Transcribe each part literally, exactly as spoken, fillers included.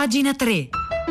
Pagina tre.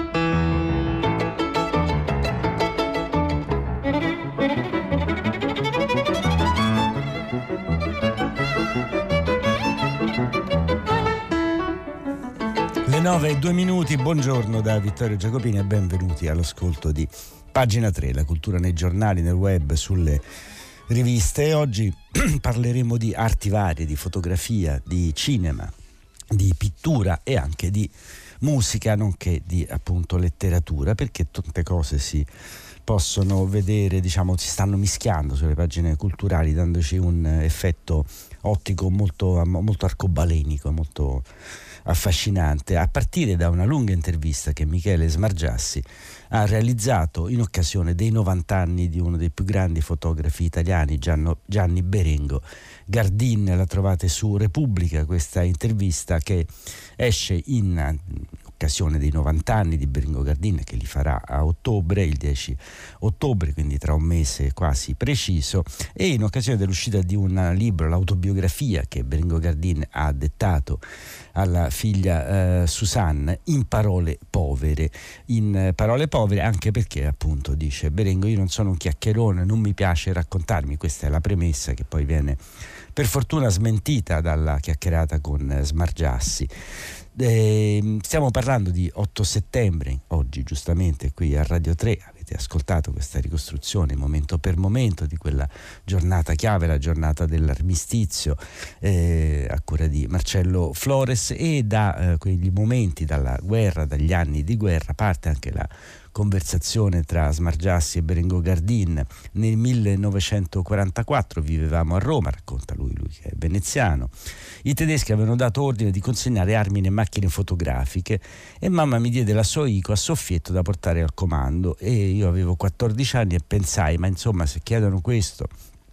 Le nove e due minuti, buongiorno da Vittorio Giacopini e benvenuti all'ascolto di Pagina tre, la cultura nei giornali, nel web, sulle riviste. E oggi parleremo di arti varie, di fotografia, di cinema, di pittura e anche di musica, nonché di appunto letteratura, perché tutte cose si possono vedere, diciamo, si stanno mischiando sulle pagine culturali, dandoci un effetto ottico molto, molto arcobalenico, molto affascinante, a partire da una lunga intervista che Michele Smargiassi ha realizzato in occasione dei novanta anni di uno dei più grandi fotografi italiani, Gianno, Gianni Berengo Gardin. La trovate su Repubblica, questa intervista che esce in occasione dei novanta anni di Berengo Gardin, che li farà a ottobre, il dieci ottobre, quindi tra un mese quasi preciso, e in occasione dell'uscita di un libro, l'autobiografia che Berengo Gardin ha dettato alla figlia eh, Susanne, in parole povere. In parole povere anche perché, appunto, dice Berengo, io non sono un chiacchierone, non mi piace raccontarmi, questa è la premessa che poi viene per fortuna smentita dalla chiacchierata con Smargiassi. Eh, stiamo parlando di otto settembre, oggi giustamente qui a Radio tre avete ascoltato questa ricostruzione momento per momento di quella giornata chiave, la giornata dell'armistizio, eh, a cura di Marcello Flores, e da eh, quegli momenti, dalla guerra, dagli anni di guerra, parte anche la conversazione tra Smargiassi e Berengo Gardin. Nel millenovecentoquarantaquattro vivevamo a Roma, racconta lui, lui che è veneziano. I tedeschi avevano dato ordine di consegnare armi e macchine fotografiche e mamma mi diede la Soico a soffietto da portare al comando, e io avevo quattordici anni e pensai, ma insomma, se chiedono questo,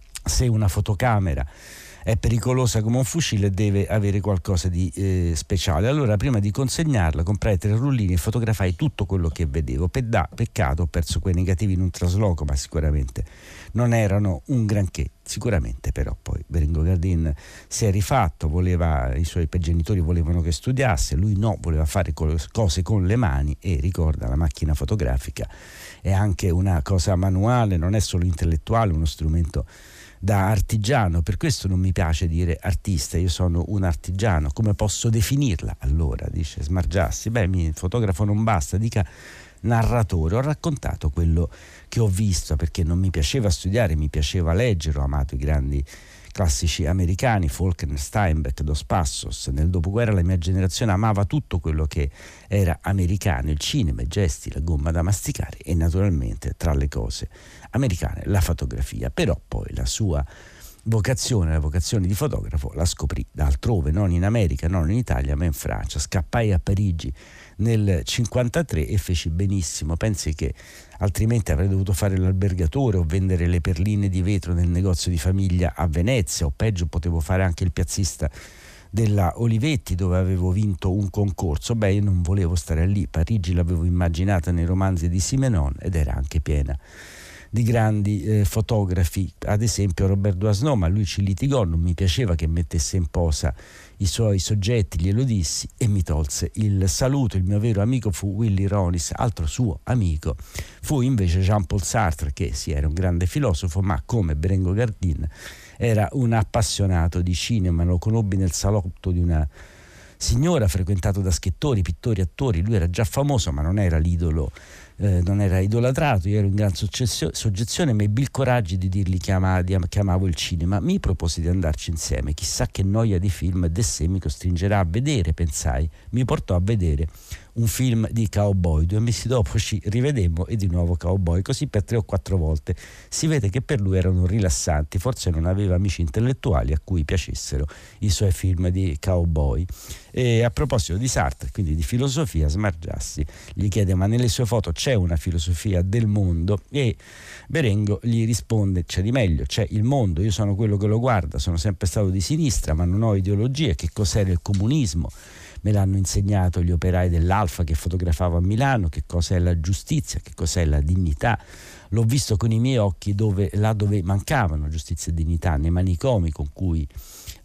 se una fotocamera è pericolosa come un fucile, deve avere qualcosa di eh, speciale. Allora, prima di consegnarla, comprai tre rullini e fotografai tutto quello che vedevo. Pedda, peccato, ho perso quei negativi in un trasloco, ma sicuramente non erano un granché. Sicuramente però poi Berengo Gardin si è rifatto, voleva, i suoi genitori volevano che studiasse, lui no, voleva fare cose con le mani, e ricorda, la macchina fotografica è anche una cosa manuale, non è solo intellettuale, uno strumento da artigiano. Per questo non mi piace dire artista, io sono un artigiano. Come posso definirla allora, dice Smargiassi? Beh, mi fotografo non basta, dica narratore. Ho raccontato quello che ho visto, perché non mi piaceva studiare, mi piaceva leggere, ho amato i grandi classici americani, Faulkner, Steinbeck, Dos Passos. Nel dopoguerra la mia generazione amava tutto quello che era americano, il cinema, i gesti, la gomma da masticare e naturalmente, tra le cose americane, la fotografia. Però poi la sua vocazione, la vocazione di fotografo, la scoprì da altrove, non in America, non in Italia, ma in Francia. Scappai a Parigi nel cinquantatré e feci benissimo. Pensi che altrimenti avrei dovuto fare l'albergatore o vendere le perline di vetro nel negozio di famiglia a Venezia, o peggio potevo fare anche il piazzista della Olivetti, dove avevo vinto un concorso. Beh, io non volevo stare lì. Parigi l'avevo immaginata nei romanzi di Simenon ed era anche piena di grandi eh, fotografi, ad esempio Robert Doisneau, ma lui ci litigò, non mi piaceva che mettesse in posa i suoi soggetti, glielo dissi e mi tolse il saluto. Il mio vero amico fu Willy Ronis, altro suo amico fu invece Jean-Paul Sartre, che sì, era un grande filosofo, ma come Berengo Gardin era un appassionato di cinema. Lo conobbi nel salotto di una signora frequentato da scrittori, pittori, attori. Lui era già famoso, ma non era l'idolo, eh, non era idolatrato. Io ero in gran soggezione, ma ebbi il coraggio di dirgli che, ama, di, che amavo il cinema. Mi proposi di andarci insieme. Chissà che noia di film Dessé mi costringerà a vedere, pensai. Mi portò a vedere un film di cowboy. Due mesi dopo ci rivedemmo e di nuovo cowboy, così per tre o quattro volte. Si vede che per lui erano rilassanti, forse non aveva amici intellettuali a cui piacessero i suoi film di cowboy. E a proposito di Sartre, quindi di filosofia, Smargiassi gli chiede: ma nelle sue foto c'è una filosofia del mondo? E Berengo gli risponde: c'è di meglio, c'è il mondo, io sono quello che lo guarda, sono sempre stato di sinistra ma non ho ideologie. Che cos'era il comunismo? Me l'hanno insegnato gli operai dell'Alfa che fotografavo a Milano. Che cos'è la giustizia, che cos'è la dignità. L'ho visto con i miei occhi, dove là dove mancavano giustizia e dignità, nei manicomi con cui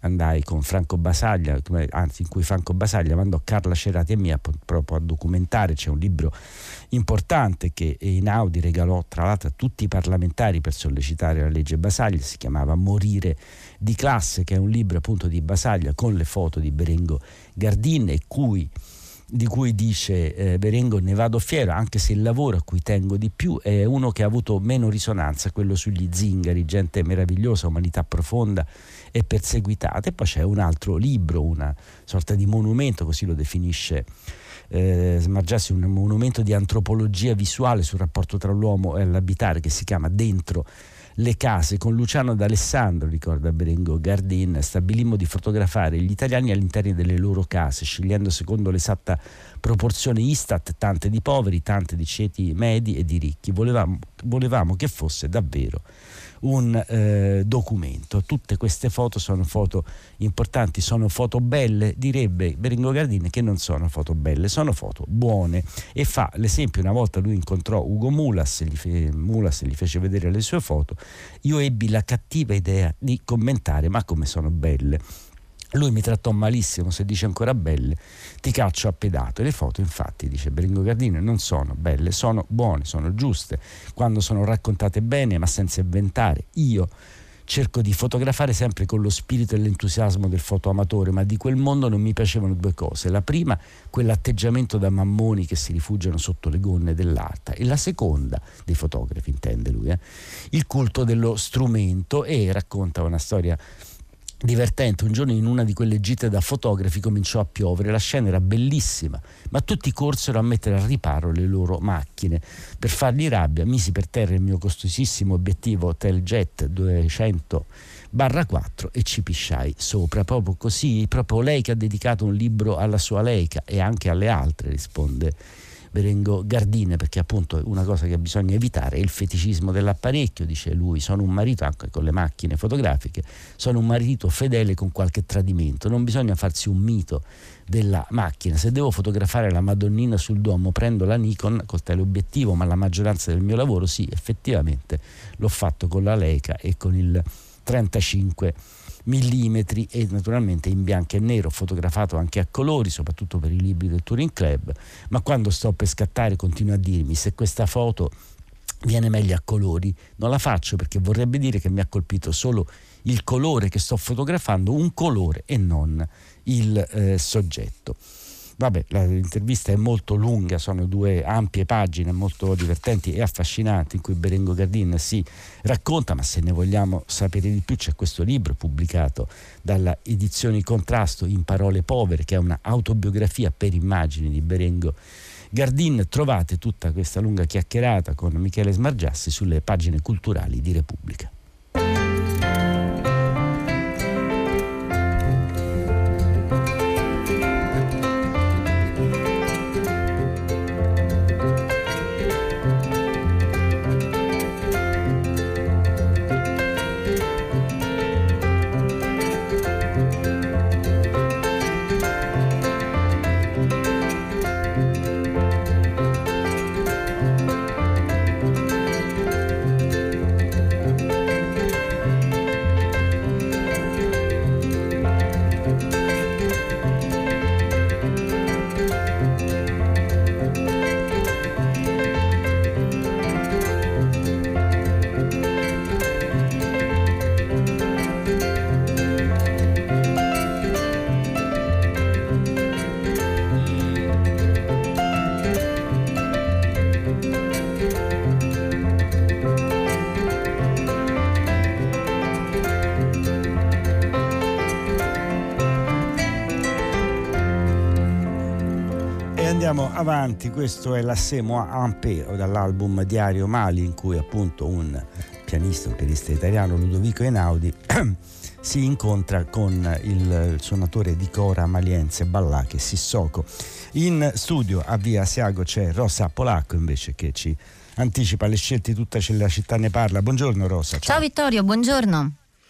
andai con Franco Basaglia, anzi in cui Franco Basaglia mandò Carla Cerati e me proprio a documentare. C'è un libro importante che Einaudi regalò tra l'altro a tutti i parlamentari per sollecitare la legge Basaglia, si chiamava Morire di classe, che è un libro appunto di Basaglia con le foto di Berengo Gardin, e cui di cui dice eh, Berengo: ne vado fiero, anche se il lavoro a cui tengo di più è uno che ha avuto meno risonanza, quello sugli zingari, gente meravigliosa, umanità profonda e perseguitata. E poi c'è un altro libro, una sorta di monumento, così lo definisce eh, Smargiassi, un monumento di antropologia visuale sul rapporto tra l'uomo e l'abitare, che si chiama Dentro le case. Con Luciano D'Alessandro, ricorda Berengo Gardin, stabilimmo di fotografare gli italiani all'interno delle loro case, scegliendo secondo l'esatta proporzione Istat tante di poveri, tante di ceti medi e di ricchi. Volevamo, volevamo che fosse davvero un eh, documento. Tutte queste foto sono foto importanti, sono foto belle, direbbe Berengo Gardin che non sono foto belle, sono foto buone, e fa l'esempio: una volta lui incontrò Ugo Mulas, gli, fe, Mulas gli fece vedere le sue foto, io ebbi la cattiva idea di commentare: ma come sono belle. Lui mi trattò malissimo, se dice ancora belle ti caccio a pedato. E le foto, infatti, dice Berengo Gardin, non sono belle, sono buone, sono giuste quando sono raccontate bene ma senza inventare. Io cerco di fotografare sempre con lo spirito e l'entusiasmo del fotoamatore, ma di quel mondo non mi piacevano due cose: la prima, quell'atteggiamento da mammoni che si rifugiano sotto le gonne dell'arte, e la seconda, dei fotografi intende lui, eh, il culto dello strumento. E racconta una storia divertente: un giorno in una di quelle gite da fotografi cominciò a piovere, la scena era bellissima, ma tutti corsero a mettere al riparo le loro macchine. Per fargli rabbia misi per terra il mio costosissimo obiettivo Teljet duecento barra quattro e ci pisciai sopra. Proprio così, proprio lei che ha dedicato un libro alla sua Leica e anche alle altre, risponde Berengo Gardin, perché appunto una cosa che bisogna evitare è il feticismo dell'apparecchio, dice lui. Sono un marito, anche con le macchine fotografiche, sono un marito fedele con qualche tradimento, non bisogna farsi un mito della macchina. Se devo fotografare la Madonnina sul Duomo prendo la Nikon col teleobiettivo, ma la maggioranza del mio lavoro sì, effettivamente l'ho fatto con la Leica e con il trentacinque millimetri e naturalmente in bianco e nero, fotografato anche a colori, soprattutto per i libri del Touring Club, ma quando sto per scattare continuo a dirmi: se questa foto viene meglio a colori non la faccio, perché vorrebbe dire che mi ha colpito solo il colore che sto fotografando, un colore e non il eh, soggetto. Vabbè, l'intervista è molto lunga, sono due ampie pagine molto divertenti e affascinanti in cui Berengo Gardin si racconta, ma se ne vogliamo sapere di più c'è questo libro pubblicato dalla Edizioni Contrasto, In parole povere, che è una autobiografia per immagini di Berengo Gardin. Trovate tutta questa lunga chiacchierata con Michele Smargiassi sulle pagine culturali di Repubblica. Andiamo avanti, questo è la C'est moi un peu dall'album Diario Mali, in cui appunto un pianista, un pianista italiano, Ludovico Einaudi, si incontra con il suonatore di cora maliense Ballacche Sissoko. In studio a Via Asiago c'è Rosa Polacco invece, che ci anticipa le scelte di Tutta la città ne parla. Buongiorno Rosa. Ciao, ciao Vittorio, buongiorno.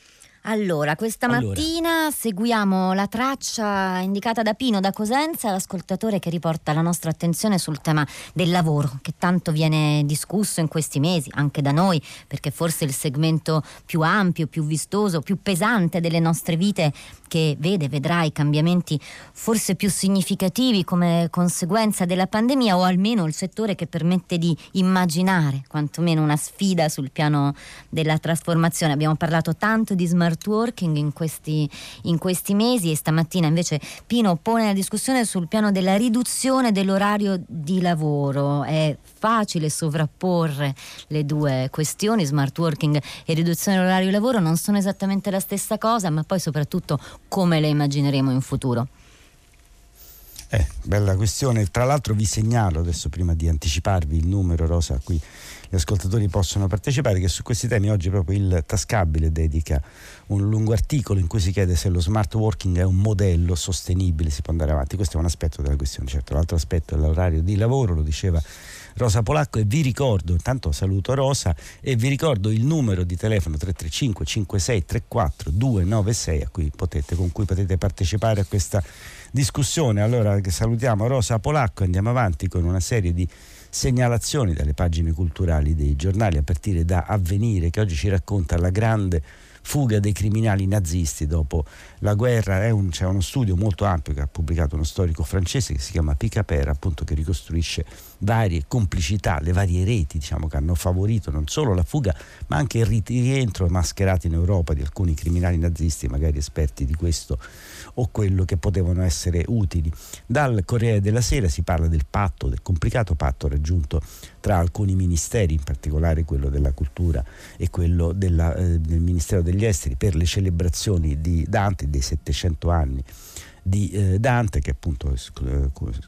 Allora, questa Allora. mattina seguiamo la traccia indicata da Pino da Cosenza, l'ascoltatore che riporta la nostra attenzione sul tema del lavoro, che tanto viene discusso in questi mesi, anche da noi, perché forse il segmento più ampio, più vistoso, più pesante delle nostre vite, che vede, vedrà i cambiamenti forse più significativi come conseguenza della pandemia, o almeno il settore che permette di immaginare quantomeno una sfida sul piano della trasformazione. Abbiamo parlato tanto di smart working in questi, in questi mesi, e stamattina invece Pino pone la discussione sul piano della riduzione dell'orario di lavoro. È facile sovrapporre le due questioni, smart working e riduzione dell'orario di lavoro non sono esattamente la stessa cosa, ma poi soprattutto come le immagineremo in futuro. Eh, bella questione. Tra l'altro vi segnalo adesso, prima di anticiparvi il numero, Rosa, a cui gli ascoltatori possono partecipare, che su questi temi oggi proprio il Tascabile dedica un lungo articolo in cui si chiede se lo smart working è un modello sostenibile, si può andare avanti. Questo è un aspetto della questione. Certo, l'altro aspetto è l'orario di lavoro, lo diceva Rosa Polacco, e vi ricordo, intanto saluto Rosa e vi ricordo il numero di telefono tre tre cinque cinque sei tre quattro due nove sei a cui potete, con cui potete partecipare a questa discussione. Allora salutiamo Rosa Polacco e andiamo avanti con una serie di segnalazioni dalle pagine culturali dei giornali, a partire da Avvenire, che oggi ci racconta la grande fuga dei criminali nazisti dopo la guerra. È un, c'è uno studio molto ampio che ha pubblicato uno storico francese che si chiama Picaper, appunto, che ricostruisce varie complicità, le varie reti, diciamo, che hanno favorito non solo la fuga ma anche il rientro mascherato in Europa di alcuni criminali nazisti, magari esperti di questo o quello che potevano essere utili. Dal Corriere della Sera si parla del patto, del complicato patto raggiunto tra alcuni ministeri, in particolare quello della cultura e quello della, eh, del Ministero degli Esteri, per le celebrazioni di Dante, dei settecento anni di eh, Dante, che appunto eh,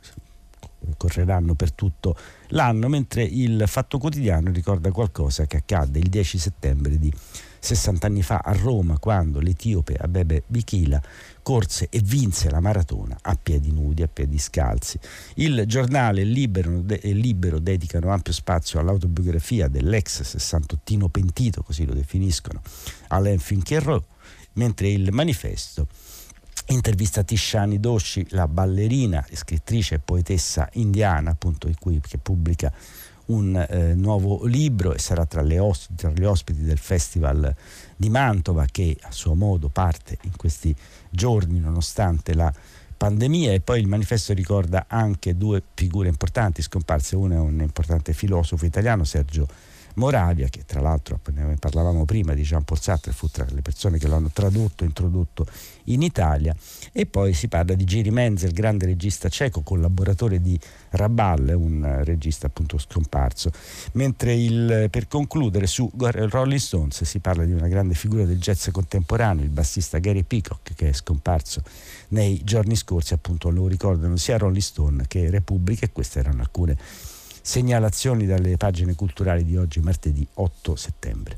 correranno per tutto l'anno, mentre il Fatto Quotidiano ricorda qualcosa che accadde il dieci settembre di sessanta anni fa a Roma, quando l'etiope Abebe Bikila corse e vinse la maratona a piedi nudi, a piedi scalzi. Il giornale Libero e Libero dedicano ampio spazio all'autobiografia dell'ex sessantottino pentito, così lo definiscono, Alain Finkielraut, mentre il Manifesto intervista Tishani Doshi, la ballerina, scrittrice e poetessa indiana, appunto, in cui, che pubblica un eh, nuovo libro e sarà tra, le os- tra gli ospiti del Festival di Mantova, che a suo modo parte in questi giorni nonostante la pandemia. E poi il Manifesto ricorda anche due figure importanti scomparse. Uno è un importante filosofo italiano, Sergio Moravia, che tra l'altro, ne parlavamo prima, di Jean-Paul Sartre, fu tra le persone che lo hanno tradotto e introdotto in Italia. E poi si parla di Jiří Menzel, grande regista ceco, collaboratore di Rabal, un regista appunto scomparso. Mentre il, per concludere, su Rolling Stones si parla di una grande figura del jazz contemporaneo, il bassista Gary Peacock, che è scomparso nei giorni scorsi. Appunto lo ricordano sia Rolling Stone che Repubblica, e queste erano alcune segnalazioni dalle pagine culturali di oggi, martedì otto settembre.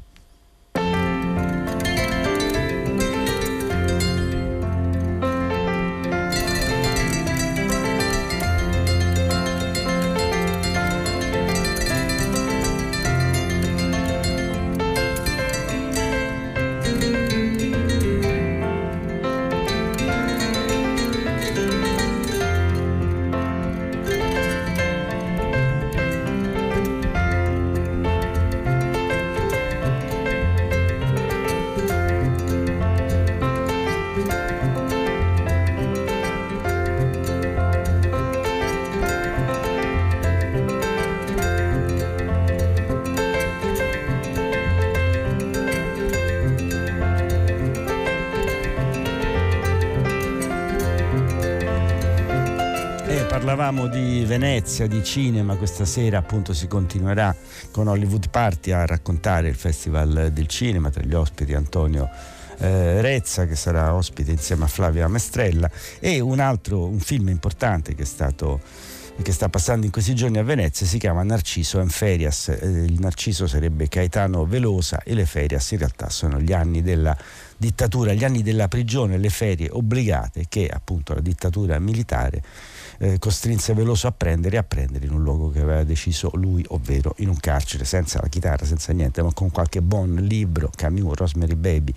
Parlavamo di Venezia, di cinema. Questa sera appunto si continuerà con Hollywood Party a raccontare il Festival del Cinema, tra gli ospiti Antonio eh, Rezza, che sarà ospite insieme a Flavia Mestrella, e un altro, un film importante che è stato che sta passando in questi giorni a Venezia, si chiama Narciso and Ferias. Eh, il Narciso sarebbe Caetano Velosa e le Ferias in realtà sono gli anni della dittatura, gli anni della prigione, le ferie obbligate che appunto la dittatura militare eh, costrinse Veloso a prendere e a prendere in un luogo che aveva deciso lui, ovvero in un carcere, senza la chitarra, senza niente, ma con qualche buon libro, Camus, Rosemary Baby.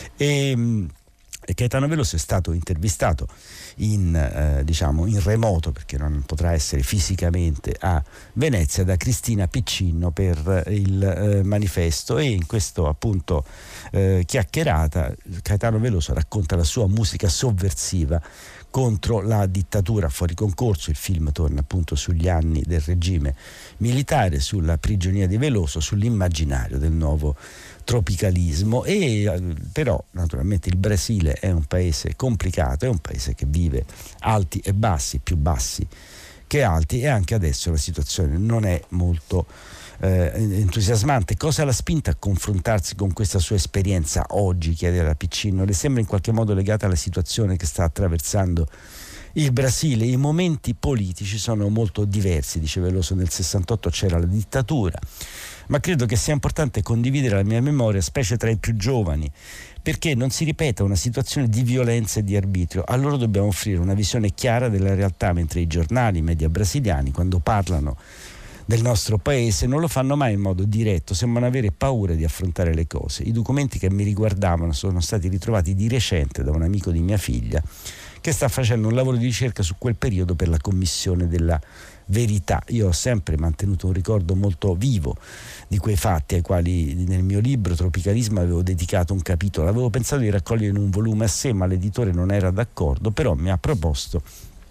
E Caetano Veloso è stato intervistato in, eh, diciamo in remoto, perché non potrà essere fisicamente a Venezia, da Cristina Piccinno per il eh, Manifesto, e in questo appunto eh, chiacchierata Caetano Veloso racconta la sua musica sovversiva contro la dittatura fuori concorso. Il film torna appunto sugli anni del regime militare, sulla prigionia di Veloso, sull'immaginario del nuovo tropicalismo. E però naturalmente il Brasile è un paese complicato, è un paese che vive alti e bassi, più bassi che alti, e anche adesso la situazione non è molto eh, entusiasmante. Cosa l'ha spinta a confrontarsi con questa sua esperienza oggi, chiede la Piccinno? Le sembra in qualche modo legata alla situazione che sta attraversando il Brasile? I momenti politici sono molto diversi, dice Veloso. Nel sessantotto c'era la dittatura, ma credo che sia importante condividere la mia memoria, specie tra i più giovani, perché non si ripeta una situazione di violenza e di arbitrio. A loro dobbiamo offrire una visione chiara della realtà, mentre i giornali, i media brasiliani, quando parlano del nostro paese, non lo fanno mai in modo diretto, sembrano avere paura di affrontare le cose. I documenti che mi riguardavano sono stati ritrovati di recente da un amico di mia figlia, che sta facendo un lavoro di ricerca su quel periodo per la Commissione della Verità. Io ho sempre mantenuto un ricordo molto vivo di quei fatti, ai quali nel mio libro Tropicalismo avevo dedicato un capitolo. Avevo pensato di raccogliere in un volume a sé, ma l'editore non era d'accordo, però mi ha proposto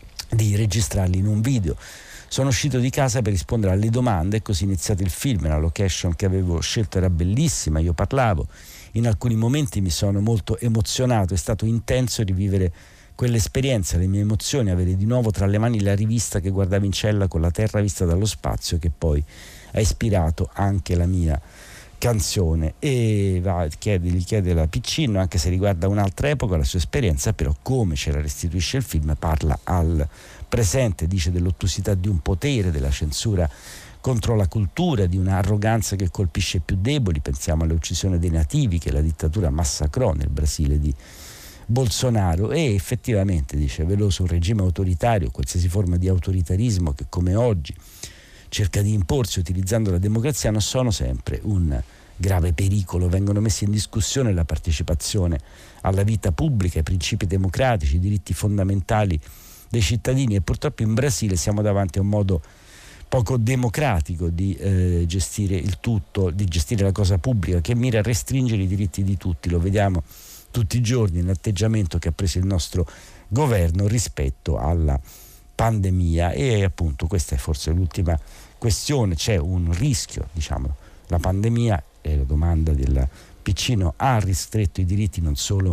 di registrarli in un video. Sono uscito di casa per rispondere alle domande e così è iniziato il film. La location che avevo scelto era bellissima, io parlavo, in alcuni momenti mi sono molto emozionato, è stato intenso rivivere quell'esperienza, le mie emozioni, avere di nuovo tra le mani la rivista che guardavo in cella con la terra vista dallo spazio, che poi ha ispirato anche la mia canzone. E va, chiede, gli chiede la Piccinno, anche se riguarda un'altra epoca, la sua esperienza, però come ce la restituisce il film, parla al presente, dice dell'ottusità di un potere, della censura contro la cultura, di un'arroganza che colpisce i più deboli. Pensiamo all'uccisione dei nativi che la dittatura massacrò nel Brasile di Bolsonaro. E effettivamente, dice Veloso, un regime autoritario, qualsiasi forma di autoritarismo che come oggi cerca di imporsi utilizzando la democrazia, non sono sempre un grave pericolo. Vengono messi in discussione la partecipazione alla vita pubblica, i principi democratici, i diritti fondamentali dei cittadini, e purtroppo in Brasile siamo davanti a un modo poco democratico di eh, gestire il tutto, di gestire la cosa pubblica, che mira a restringere i diritti di tutti. Lo vediamo tutti i giorni nell'atteggiamento che ha preso il nostro governo rispetto alla pandemia. E appunto questa è forse l'ultima questione. C'è un rischio, diciamo, la pandemia, e la domanda del Piccinno, ha ristretto i diritti non solo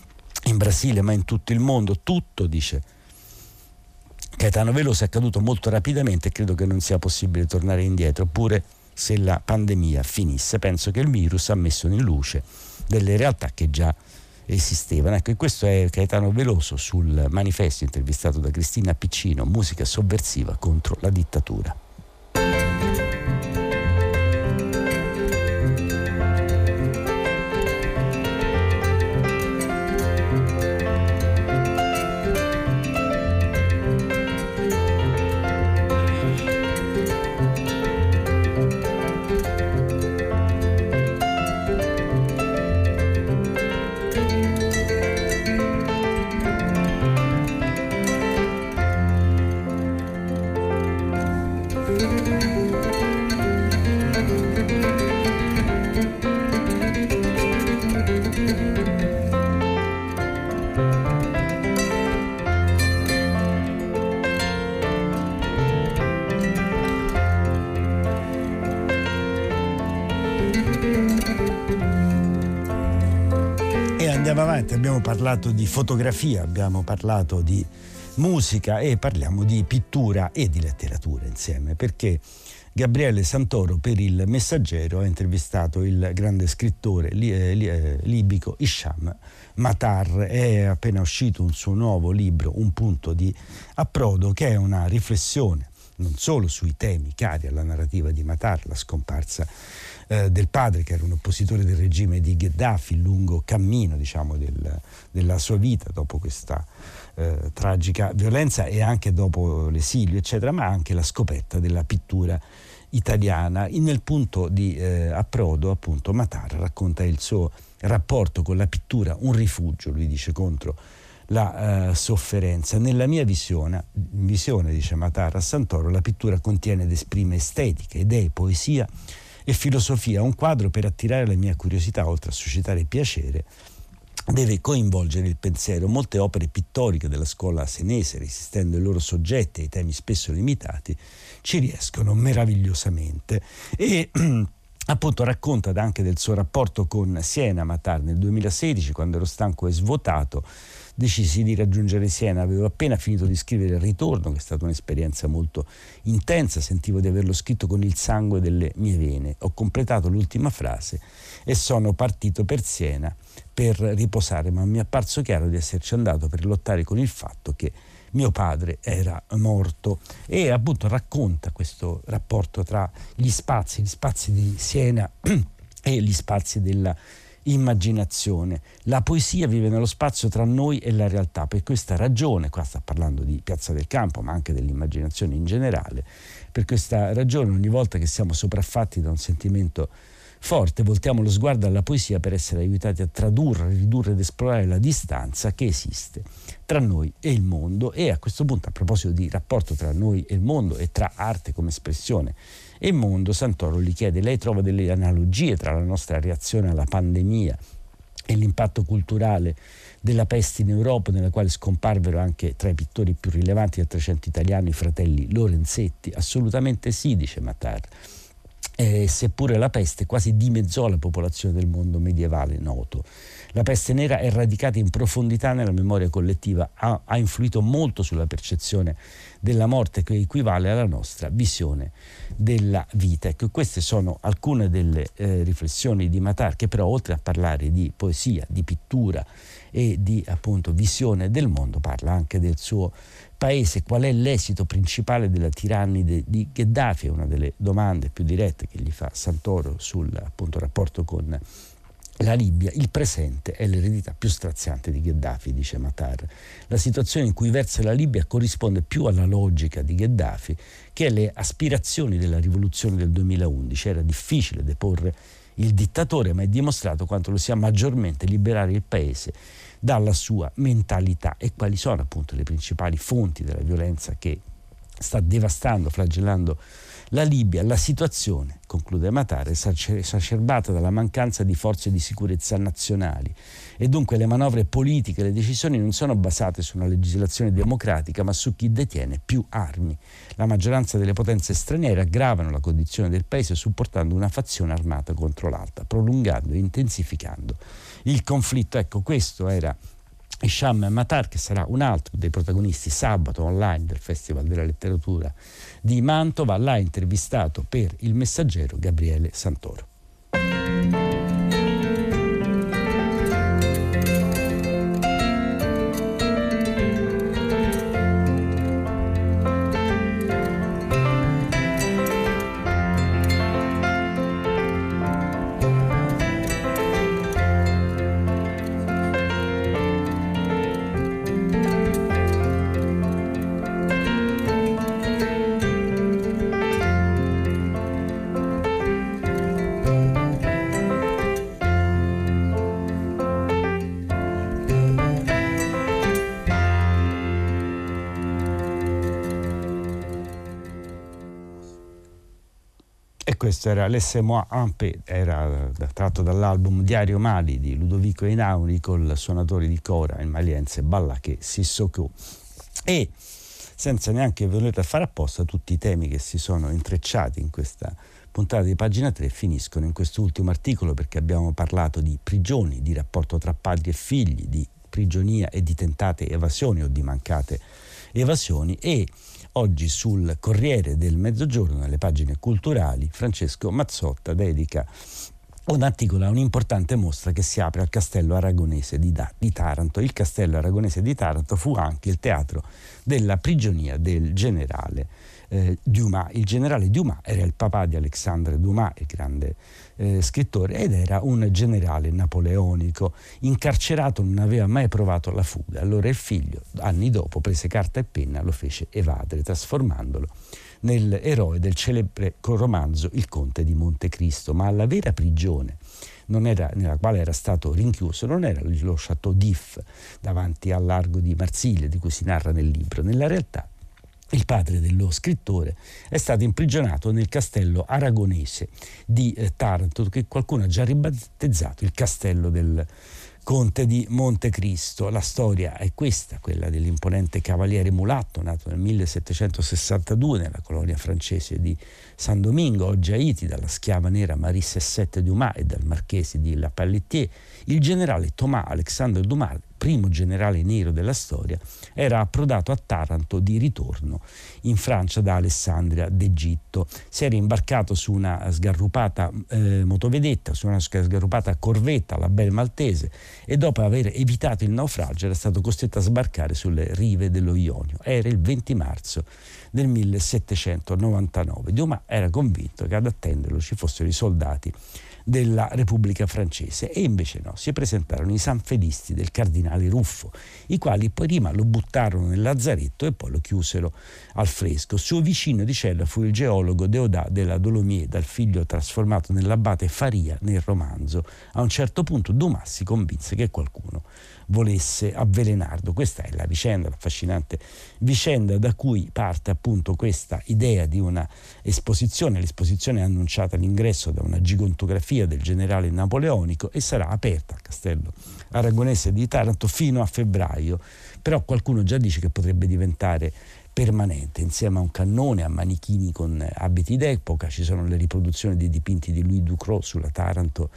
in Brasile ma in tutto il mondo. Tutto, dice Caetano Veloso, è accaduto molto rapidamente e credo che non sia possibile tornare indietro, pure se la pandemia finisse. Penso che il virus ha messo in luce delle realtà che già esistevano. Ecco, e questo è Caetano Veloso sul Manifesto, intervistato da Cristina Piccinno, musica sovversiva contro la dittatura. Avanti, abbiamo parlato di fotografia, abbiamo parlato di musica e parliamo di pittura e di letteratura insieme, perché Gabriele Santoro per il Messaggero ha intervistato il grande scrittore li, eh, li, eh, libico Hicham Matar. È appena uscito un suo nuovo libro, Un punto di approdo, che è una riflessione non solo sui temi cari alla narrativa di Matar, la scomparsa eh, del padre, che era un oppositore del regime di Gheddafi, il lungo cammino, diciamo, del, della sua vita dopo questa eh, tragica violenza e anche dopo l'esilio, eccetera, ma anche la scoperta della pittura italiana. Nel punto di eh, approdo, appunto, Matar racconta il suo rapporto con la pittura, un rifugio, lui dice, contro la uh, sofferenza. Nella mia visione, visione, dice Matar a Santoro, la pittura contiene ed esprime estetica, idee, poesia e filosofia. Un quadro, per attirare la mia curiosità, oltre a suscitare piacere, deve coinvolgere il pensiero. Molte opere pittoriche della scuola senese, resistendo ai loro soggetti e ai temi spesso limitati, ci riescono meravigliosamente. E appunto racconta anche del suo rapporto con Siena. Matar nel duemilasedici, quando ero stanco e svuotato, decisi di raggiungere Siena. Avevo appena finito di scrivere Il ritorno, che è stata un'esperienza molto intensa, sentivo di averlo scritto con il sangue delle mie vene. Ho completato l'ultima frase e sono partito per Siena per riposare, ma mi è apparso chiaro di esserci andato per lottare con il fatto che mio padre era morto. E appunto racconta questo rapporto tra gli spazi, gli spazi di Siena e gli spazi della immaginazione. La poesia vive nello spazio tra noi e la realtà. Per questa ragione, qua sta parlando di Piazza del Campo, ma anche dell'immaginazione in generale, per questa ragione ogni volta che siamo sopraffatti da un sentimento forte voltiamo lo sguardo alla poesia per essere aiutati a tradurre, ridurre ed esplorare la distanza che esiste tra noi e il mondo. E a questo punto, a proposito di rapporto tra noi e il mondo e tra arte come espressione e mondo, Santoro gli chiede: lei trova delle analogie tra la nostra reazione alla pandemia e l'impatto culturale della peste in Europa, nella quale scomparvero anche tra i pittori più rilevanti del Trecento italiano i fratelli Lorenzetti? Assolutamente sì, dice Matar. Eh, seppure la peste quasi dimezzò la popolazione del mondo medievale noto. La peste nera è radicata in profondità nella memoria collettiva, ha, ha influito molto sulla percezione della morte, che equivale alla nostra visione della vita. Ecco, queste sono alcune delle eh, riflessioni di Matar, che però, oltre a parlare di poesia, di pittura e di appunto visione del mondo, parla anche del suo paese. Qual è l'esito principale della tirannide di Gheddafi? È una delle domande più dirette che gli fa Santoro sul appunto rapporto con la Libia. Il presente è l'eredità più straziante di Gheddafi, dice Matar. La situazione in cui versa la Libia corrisponde più alla logica di Gheddafi che alle aspirazioni della rivoluzione del duemilaundici. Era difficile deporre il dittatore, ma è dimostrato quanto lo sia maggiormente liberare il paese dalla sua mentalità. E quali sono appunto le principali fonti della violenza che sta devastando, flagellando la Libia? La situazione, conclude Matar, è esacerbata dalla mancanza di forze di sicurezza nazionali e dunque le manovre politiche, le decisioni non sono basate su una legislazione democratica, ma su chi detiene più armi. La maggioranza delle potenze straniere aggravano la condizione del paese supportando una fazione armata contro l'altra, prolungando e intensificando il conflitto. Ecco, questo era Hicham Matar, che sarà un altro dei protagonisti sabato online del Festival della Letteratura di Mantova. L'ha intervistato per Il Messaggero Gabriele Santoro. Questo era Laissez-moi un peu, era tratto dall'album Diario Mali di Ludovico Einaudi, col suonatore di cora, il maliense Balaké Sissoko. E senza neanche volete fare apposta, tutti i temi che si sono intrecciati in questa puntata di Pagina tre finiscono in quest'ultimo articolo, perché abbiamo parlato di prigioni, di rapporto tra padri e figli, di prigionia e di tentate evasioni o di mancate evasioni. E oggi sul Corriere del Mezzogiorno, nelle pagine culturali, Francesco Mazzotta dedica un articolo a un'importante mostra che si apre al Castello Aragonese di, da- di Taranto. Il Castello Aragonese di Taranto fu anche il teatro della prigionia del generale eh, Dumas. Il generale Dumas era il papà di Alexandre Dumas, il grande eh, scrittore, ed era un generale napoleonico incarcerato, non aveva mai provato la fuga. Allora il figlio, anni dopo, prese carta e penna, lo fece evadere, trasformandolo nell'eroe del celebre romanzo Il Conte di Montecristo. Ma la vera prigione non era, nella quale era stato rinchiuso non era lo Château d'If davanti al largo di Marsiglia, di cui si narra nel libro. Nella realtà il padre dello scrittore è stato imprigionato nel castello aragonese di eh, Taranto, che qualcuno ha già ribattezzato il castello del Conte di Montecristo. La storia è questa, quella dell'imponente cavaliere mulatto nato nel millesettecentosessantadue nella colonia francese di San Domingo, oggi Haiti, dalla schiava nera Marie Cessette Dumas e dal marchese di La Pelletier. Il generale Thomas Alexandre Dumas, primo generale nero della storia, era approdato a Taranto di ritorno in Francia da Alessandria d'Egitto. Si era imbarcato su una sgarrupata eh, motovedetta, su una sgarrupata corvetta, la Belle Maltese, e dopo aver evitato il naufragio era stato costretto a sbarcare sulle rive dello Ionio. Era il venti marzo del millesettecentonovantanove. Dumas era convinto che ad attenderlo ci fossero i soldati della Repubblica Francese, e invece no, si presentarono i sanfedisti del cardinale Ruffo, i quali poi prima lo buttarono nel lazzaretto e poi lo chiusero al fresco. Suo vicino di cella fu il geologo Deodat della Dolomier, dal figlio trasformato nell'abate Faria nel romanzo. A un certo punto Dumas si convinse che qualcuno volesse avvelenarlo. Questa è la vicenda, l'affascinante vicenda da cui parte appunto questa idea di una esposizione. L'esposizione è annunciata all'ingresso da una gigantografia del generale napoleonico e sarà aperta al castello aragonese di Taranto fino a febbraio, però qualcuno già dice che potrebbe diventare permanente, insieme a un cannone, a manichini con abiti d'epoca. Ci sono le riproduzioni dei dipinti di Louis Ducrot sulla Taranto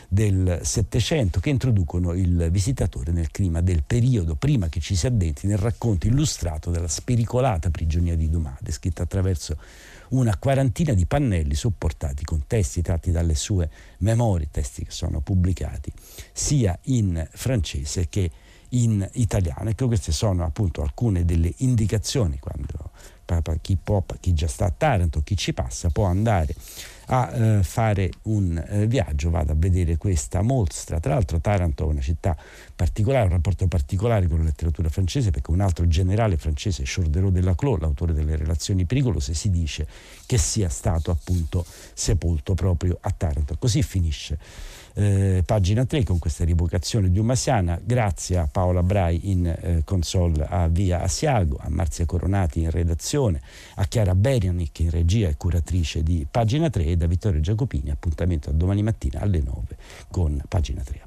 del Settecento che introducono il visitatore nel clima del periodo, prima che ci si addentri nel racconto illustrato della spericolata prigionia di Dumas, descritta attraverso una quarantina di pannelli supportati con testi tratti dalle sue memorie, testi che sono pubblicati sia in francese che in italiano. Ecco, queste sono appunto alcune delle indicazioni quando chi può, chi già sta a Taranto, chi ci passa, può andare a eh, fare un eh, viaggio, vada a vedere questa mostra. Tra l'altro Taranto è una città particolare, un rapporto particolare con la letteratura francese, perché un altro generale francese, Chorderot de Laclos, l'autore delle Relazioni pericolose, si dice che sia stato appunto sepolto proprio a Taranto. Così finisce Eh, pagina tre con questa rievocazione dumasiana. Grazie a Paola Brai in eh, console a Via Asiago, a Marzia Coronati in redazione, a Chiara Berianic in regia e curatrice di Pagina tre, e da Vittorio Giacopini. Appuntamento a domani mattina alle nove con Pagina tre.